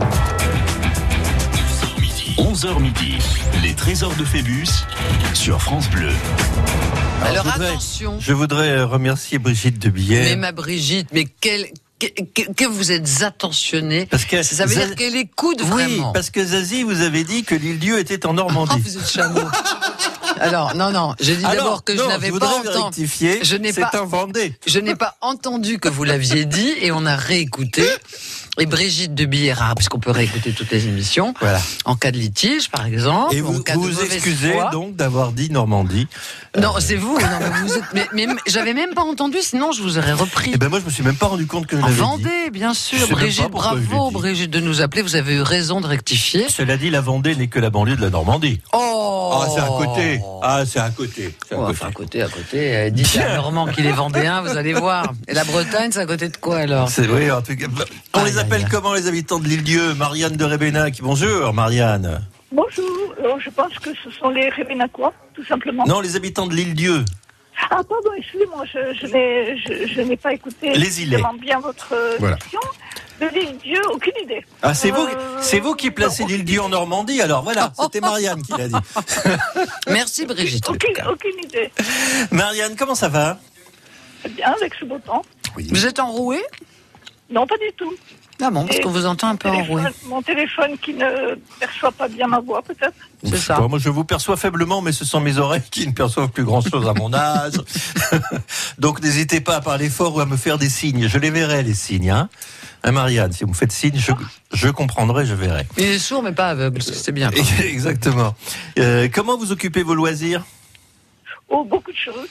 11h midi, les trésors de Phébus sur France Bleu. Alors attention. Je voudrais remercier Brigitte de Bière. Mais ma Brigitte, mais que vous êtes attentionnée. Parce que ça veut dire qu'elle écoute vraiment. Oui, parce que Zazie, vous avez dit que l'île-dieu était en Normandie. Oh, vous êtes chameau. Alors, non, j'ai dit d'abord que je n'avais pas entendu. C'est un Vendée. Je n'ai pas entendu que vous l'aviez dit et on a réécouté. Et Brigitte de Biérard, puisqu'on peut réécouter toutes les émissions, voilà. En cas de litige, par exemple. Et vous vous excusez donc d'avoir dit Normandie. Non, c'est vous. Non, mais vous êtes. Mais j'avais même pas entendu, sinon je vous aurais repris. Eh ben moi, je me suis même pas rendu compte que je l'avais dit. Vendée, bien sûr. Brigitte, bravo, Brigitte, de nous appeler. Vous avez eu raison de rectifier. Cela dit, la Vendée n'est que la banlieue de la Normandie. Oh. Ah, c'est à côté. C'est à côté. Enfin, à côté. Dites à Normand qu'il est vendéen, vous allez voir. Et la Bretagne, c'est à côté de quoi alors? Oui, en tout cas. On les appelle comment les habitants de l'île-dieu? Marianne de Rébénac. Bonjour, Marianne. Bonjour. Alors, je pense que ce sont les Rébénacois, tout simplement. Non, les habitants de l'île-dieu. Ah, pardon, excusez-moi, je n'ai pas écouté bien votre question. De l'île-dieu, aucune idée. Ah, c'est vous qui placez l'île-dieu en Normandie, alors voilà, c'était Marianne qui l'a dit. Merci Brigitte. Aucune idée. Marianne, comment ça va? Très bien, avec ce beau temps. Oui. Vous êtes enrouée? Non, pas du tout. Ah bon, parce qu'on vous entend un peu enroué. Mon téléphone qui ne perçoit pas bien ma voix, peut-être. C'est ça. Moi, je vous perçois faiblement, mais ce sont mes oreilles qui ne perçoivent plus grand-chose à mon âge. Donc, n'hésitez pas à parler fort ou à me faire des signes. Je les verrai, les signes. Hein, Marianne, si vous me faites signe, je comprendrai, je verrai. Il est sourd, mais pas aveugle, c'est bien. Exactement. Comment vous occupez vos loisirs? Oh, beaucoup de choses.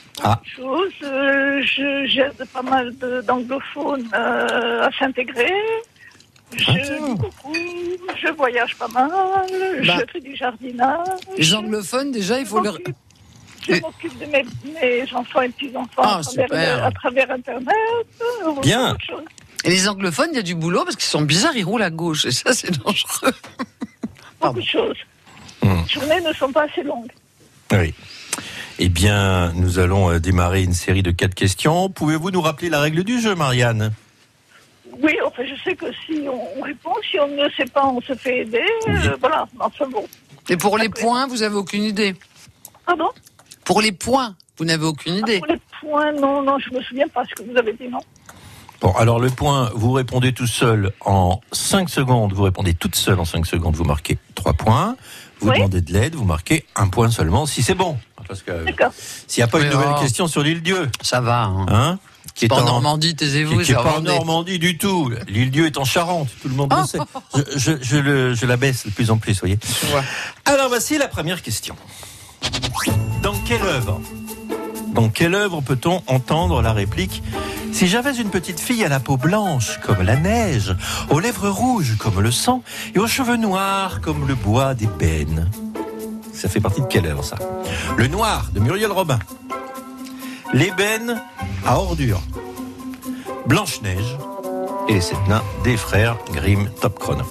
J'aide pas mal d'anglophones à s'intégrer. Je dis coucou, je voyage pas mal, je fais du jardinage. Les anglophones, déjà, il faut leur... Je m'occupe de mes enfants et petits-enfants à travers Internet. Bien. Et les anglophones, il y a du boulot parce qu'ils sont bizarres, ils roulent à gauche. Et ça, c'est dangereux. Beaucoup de choses. Les journées ne sont pas assez longues. Oui. Eh bien, nous allons démarrer une série de 4 questions. Pouvez-vous nous rappeler la règle du jeu, Marianne? Oui, enfin, je sais que si on répond, si on ne sait pas, on se fait aider. Oui. Voilà, enfin bon. Et pour les points, vous n'avez aucune idée? Pardon? Pour les points, vous n'avez aucune idée? Pour les points, non, je me souviens pas ce que vous avez dit, non. Bon, alors le point, vous répondez tout seul en 5 secondes. Vous répondez toute seule en 5 secondes, vous marquez 3 points. Vous demandez de l'aide, vous marquez 1 point seulement, si c'est bon. Parce que s'il n'y a pas une nouvelle question sur l'île-dieu. Ça va. Hein qui est pas en Normandie, taisez-vous. Qui n'est pas en Normandie du tout. L'île-dieu est en Charente, tout le monde le sait. Je la baisse de plus en plus, vous voyez. Alors voici la première question. Dans quelle œuvre peut-on entendre la réplique « Si j'avais une petite fille à la peau blanche comme la neige, aux lèvres rouges comme le sang et aux cheveux noirs comme le bois d'ébène ». Ça fait partie de quelle œuvre, ça? Le Noir, de Muriel Robin. L'Ébène, à Ordure. Blanche-Neige et les 7 nains des frères Grimm Top Chrono.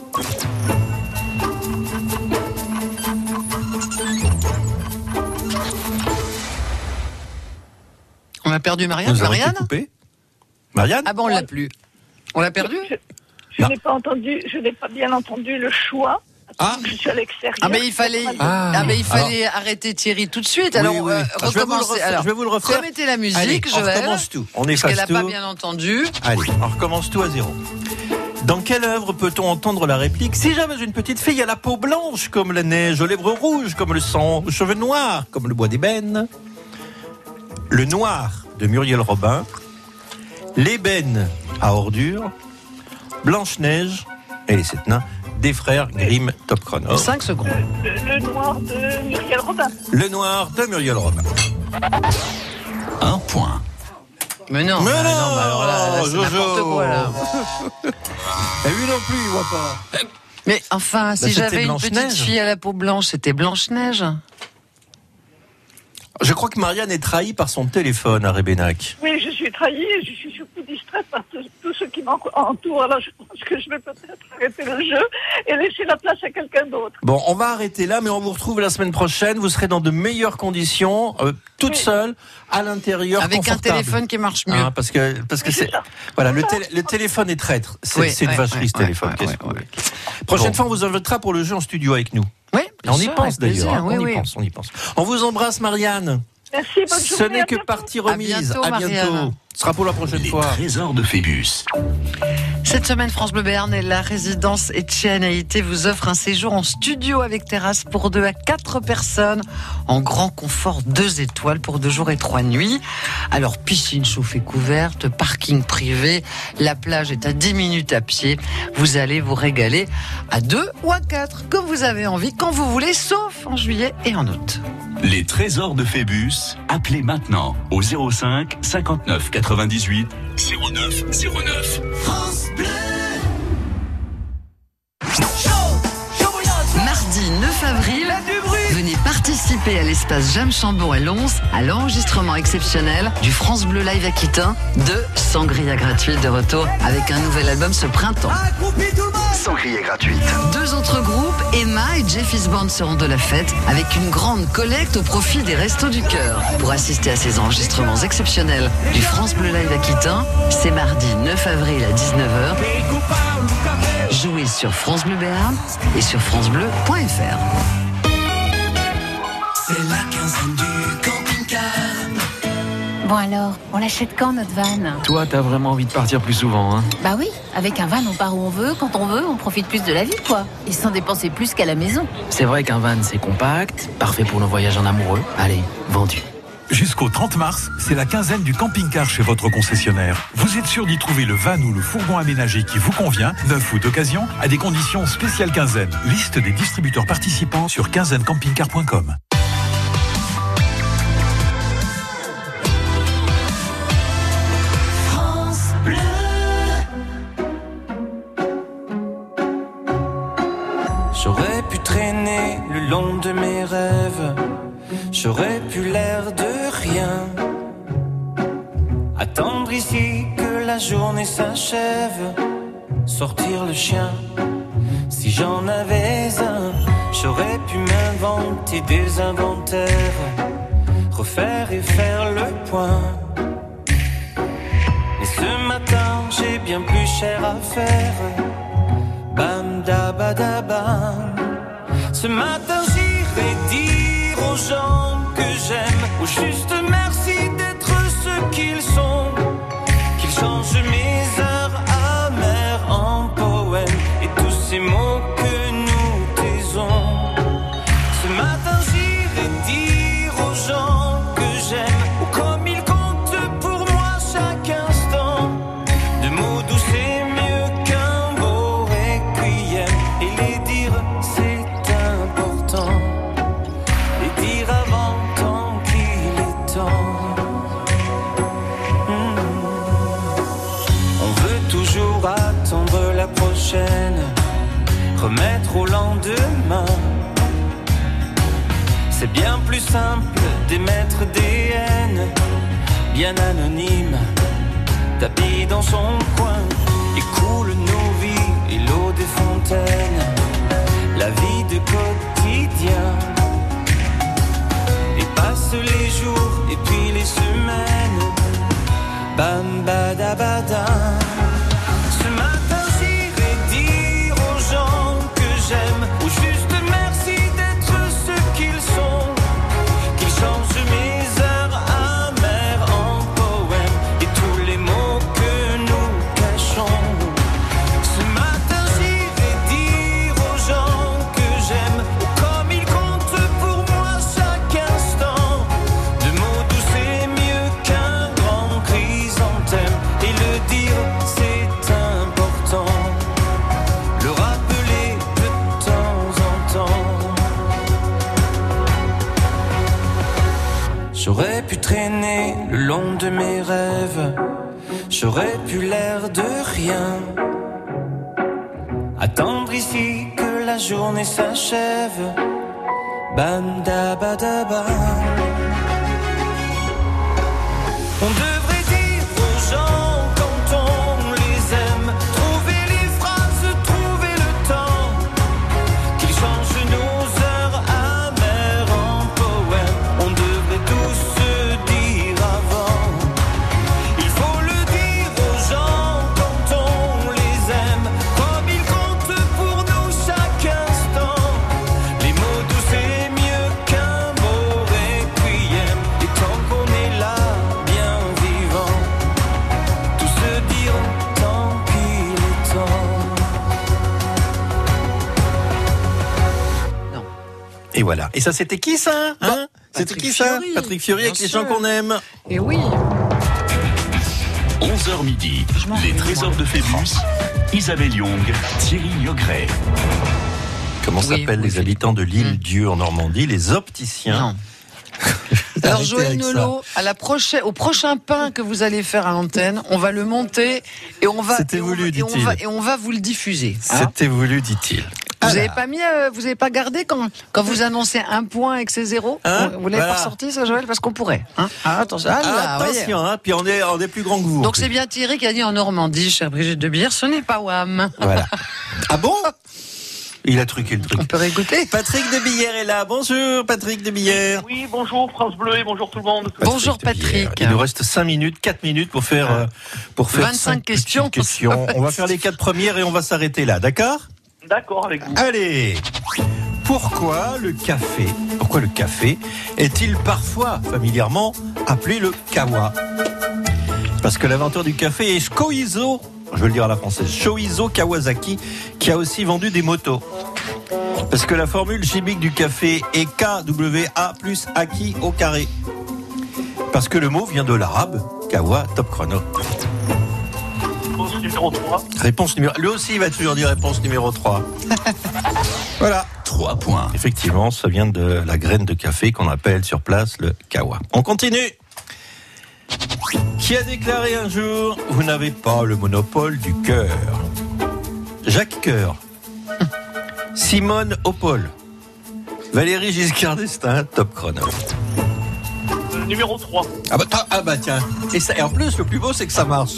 On a perdu Marianne. Marianne Marianne? Ah bon, on l'a plus. On l'a perdu? Je n'ai pas bien entendu le choix. Je suis à l'extérieur. Ah mais il fallait arrêter Thierry tout de suite. Alors recommencez. Je vais vous le refaire. Remettez la musique. Allez, Joël. On recommence tout. On efface tout. Parce qu'elle n'a pas bien entendu. Allez, on recommence tout à zéro. Dans quelle œuvre peut-on entendre la réplique « Si j'avais une petite fille à la peau blanche comme la neige, aux lèvres rouges comme le sang, aux cheveux noirs comme le bois d'ébène ». Le Noir de Muriel Robin, L'Ébène à Ordure, Blanche-Neige et les 7 nains des frères Grimm Top Chrono. 5 secondes. Le Noir de Muriel Robin. Le Noir de Muriel Robin. 1 point. Mais non, alors là c'est n'importe quoi là. Et lui non plus, il voit pas. Mais enfin, si j'avais une petite fille à la peau blanche, c'était Blanche-Neige. Je crois que Marianne est trahie par son téléphone à Rébénac. Oui, je suis trahie et je suis surtout distraite par tous ceux qui m'entourent. Alors je pense que je vais peut-être arrêter le jeu et laisser la place à quelqu'un d'autre. Bon, on va arrêter là, mais on vous retrouve la semaine prochaine. Vous serez dans de meilleures conditions, toute seule, à l'intérieur, avec confortable. Un téléphone qui marche mieux. Parce que c'est voilà, le téléphone est traître. C'est une vacherie ce téléphone. Prochaine fois, on vous invitera pour le jeu en studio avec nous. Oui, on y pense d'ailleurs. On y pense. On vous embrasse, Marianne. Merci, bonne journée. Ce n'est que partie remise. À bientôt. Ce sera pour la prochaine fois. Les trésors de Phébus. Cette semaine, France Bleu Béarn et la résidence Etienne Haïté vous offre un séjour en studio avec terrasse pour 2 à 4 personnes en grand confort 2 étoiles pour 2 jours et 3 nuits. Alors, piscine chauffée couverte, parking privé, la plage est à 10 minutes à pied. Vous allez vous régaler à 2 ou à 4, comme vous avez envie, quand vous voulez, sauf en juillet et en août. Les trésors de Phébus, appelez maintenant au 05 59 98 09 09. France Bleu. Mardi 9 avril, venez participer à l'espace Jam Chambon à Lons à l'enregistrement exceptionnel du France Bleu Live Aquitain de Sangria gratuite de retour avec un nouvel album ce printemps. Sangria gratuite. 2 autres groupes, Emma et Jeffy's Band seront de la fête avec une grande collecte au profit des Restos du Cœur. Pour assister à ces enregistrements exceptionnels du France Bleu Live Aquitain, c'est mardi 9 avril à 19h. Jouez sur France Bleu Béarn et sur francebleu.fr. C'est la quinzaine du camping-car. Bon alors, on l'achète quand notre van? Toi, t'as vraiment envie de partir plus souvent, hein? Bah oui, avec un van, on part où on veut, quand on veut, on profite plus de la vie, quoi. Et sans dépenser plus qu'à la maison. C'est vrai qu'un van, c'est compact, parfait pour nos voyages en amoureux. Allez, vendu. Jusqu'au 30 mars, c'est la quinzaine du camping-car chez votre concessionnaire. Vous êtes sûr d'y trouver le van ou le fourgon aménagé qui vous convient, neuf ou d'occasion, à des conditions spéciales quinzaine. Liste des distributeurs participants sur quinzainecampingcar.com. J'aurais pu traîner le long de mes rêves, j'aurais pu l'air de rien, attendre ici que la journée s'achève, sortir le chien. Si j'en avais un, j'aurais pu m'inventer des inventaires, refaire et faire le point. Mais ce matin, j'ai bien plus cher à faire. Bam da ba da bam. Ce matin j'irai dire aux gens que j'aime, au juste merci d'être ce qu'ils sont, qu'ils changent mes heures amères en poèmes et tous ces mots que nous taisons. Ce matin j'irai dire aux gens que j'aime, oh comme ils comptent pour moi chaque instant, de mots doux c'est mieux qu'un beau requiem, et les dire c'est important, les dire avant tant qu'il est temps. On veut toujours attendre la prochaine, remettre au lendemain. C'est bien plus simple d'émettre des haines, bien anonymes, tapis dans son coin. Et coule nos vies et l'eau des fontaines, la vie de quotidien. Et passent les jours et puis les semaines, bam badabada. Ce matin j'irai dire aux gens que j'aime, au juste merci d'être ce qu'ils sont, qu'ils changent mes heures amères en poèmes et tous les mots que nous cachons. Ce matin j'irai dire aux gens que j'aime, oh comme ils comptent pour moi chaque instant, de mots doux c'est mieux qu'un grand chrysanthème, et le dire c'est important, le rappeler de temps en temps. J'aurais pu traîner le long de mes rêves, j'aurais pu l'air de rien, attendre ici que la journée s'achève, bam da ba da ba. On devrait dire aux gens quand on les aime, trouver les phrases, trouver le temps, qu'ils changent nos heures amères en poèmes. On devrait tous se dire avant. Il faut le dire aux gens quand on les aime, comme ils comptent pour nous chaque instant. Les mots doux c'est mieux qu'un beau requiem. Et tant qu'on est là, bien vivant, tout se dire tant qu'il est temps. Et voilà. Et ça, c'était qui ça, hein? C'était qui ça? Patrick Fiori avec les gens qu'on aime. Et oui. 11h midi, les trésors de Phébus, Isabelle Young, Thierry Niogret. Comment s'appellent les habitants de l'île Dieu en Normandie? Les opticiens. Alors Joël Nolot, au prochain pain que vous allez faire à l'antenne, on va le monter et on va vous le diffuser. C'était voulu, dit-il. Vous avez pas gardé quand vous annoncez un point avec ses zéros? Vous l'avez pas ressorti ça, Joël? Parce qu'on pourrait. Attention, puis on est plus grand que vous. Donc c'est bien Thierry qui a dit en Normandie, chère Brigitte de Bière, ce n'est pas WAM. Voilà. Ah bon? Il a truqué le truc. On peut réécouter. Patrick de Billère est là. Bonjour Patrick de Billère. Oui, bonjour France Bleu et bonjour tout le monde. Bonjour Patrick. Il nous reste 4 minutes pour faire 25 questions. On va faire les 4 premières et on va s'arrêter là, d'accord? D'accord, avec vous. Allez. Pourquoi le café est-il parfois familièrement appelé le kawa? Parce que l'inventeur du café est Shoizo, je vais le dire à la française, Shoizo Kawasaki, qui a aussi vendu des motos. Parce que la formule chimique du café est KWA plus Aki au carré. Parce que le mot vient de l'arabe, kawa, top chrono. Réponse numéro 3. Lui aussi, il va toujours dire réponse numéro 3. Voilà. 3 points. Effectivement, ça vient de la graine de café qu'on appelle sur place le kawa. On continue. Qui a déclaré un jour « Vous n'avez pas le monopole du cœur ». Jacques Coeur, Simone Opol, Valéry Giscard d'Estaing, top chrono. Numéro 3. Ah bah tiens. Et en plus, le plus beau, c'est que ça marche.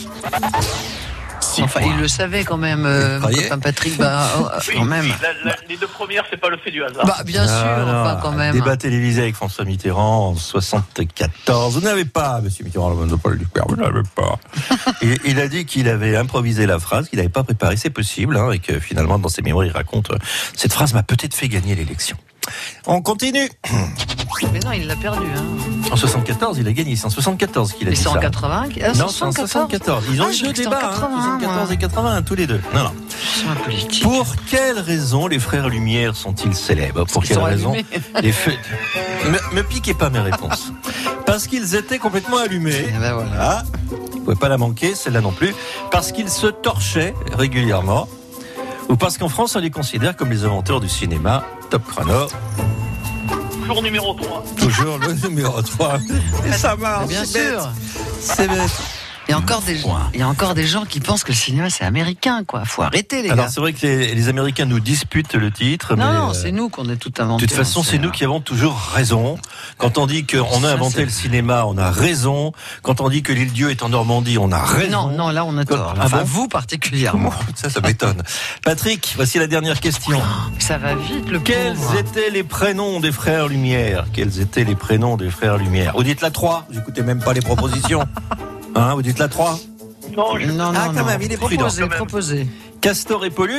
Enfin, il le savait quand même, Patrick. Oui, quand même. Les 2 premières, c'est pas le fait du hasard. Bien sûr, quand même. Débat télévisé avec François Mitterrand en 74. Vous n'avez pas, monsieur Mitterrand, le monopole du cœur. Vous n'avez pas. Il a dit qu'il avait improvisé la phrase, qu'il n'avait pas préparé. C'est possible, et que finalement, dans ses mémoires, il raconte cette phrase m'a peut-être fait gagner l'élection. On continue. Mais non, il l'a perdu. En 74, il a gagné. C'est en 74 qu'il a dit ça. Et c'est en 80 Non, c'est en 74. Ils ont eu deux débats, 74 et 80, tous les deux. Non. Pour quelle raison les frères Lumière sont-ils célèbres? Pour quelle raison Me piquez pas mes réponses. Parce qu'ils étaient complètement allumés. Voilà. Vous pouvez pas la manquer, celle-là non plus. Parce qu'ils se torchaient régulièrement. Ou parce qu'en France, on les considère comme les inventeurs du cinéma. Top chrono. Toujours numéro 3. Toujours le numéro 3. Et ça marche. Bien sûr. C'est bête. Il y a encore des gens qui pensent que le cinéma c'est américain, quoi. Faut arrêter, les gars. Alors c'est vrai que les Américains nous disputent le titre. Non, c'est nous qu'on a tout inventé. De toute façon, c'est nous qui avons toujours raison. Quand on dit qu'on a inventé le cinéma, on a raison. Quand on dit que l'île Dieu est en Normandie, on a raison. Non, là on a tort. Enfin, vous particulièrement. Ça m'étonne. Patrick, voici la dernière question. Ça va vite, le Quels pauvre. étaient les prénoms des frères Lumière? Quels étaient les prénoms des frères Lumière? Vous dites la 3, vous n'écoutez même pas les propositions. Vous dites la 3? Non, quand même, il est prudent. Proposé. Castor et Pollux,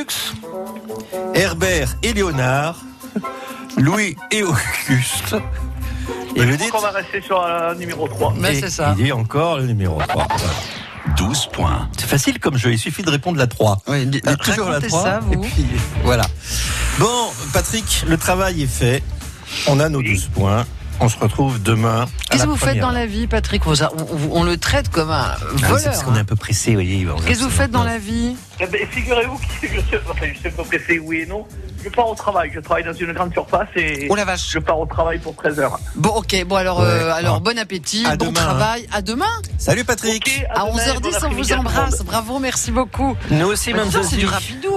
Herbert et Léonard, Louis et Auguste. Et vous dites qu'on va rester sur le numéro 3. Mais c'est ça. Il dit encore le numéro 3. Voilà. 12 points. C'est facile comme jeu, il suffit de répondre la 3. Oui, il dit toujours la 3. Ça, vous. Et puis, voilà. Bon, Patrick, le travail est fait. On a nos 12 points. On se retrouve demain. Qu'est-ce que vous faites dans la vie, Patrick? On le traite comme un voleur. C'est parce qu'on est un peu pressé, vous voyez. Qu'est-ce que vous faites dans la vie? Figurez-vous que je suis pas pressé, oui et non. Je pars au travail. Je travaille dans une grande surface et la vache. Je pars au travail pour 13 heures. Bon, ok. Bon, alors bon appétit, bon travail. À demain. Salut, Patrick. À 11h10, on vous embrasse. Bravo, merci beaucoup. Nous aussi, même c'est du rapidou.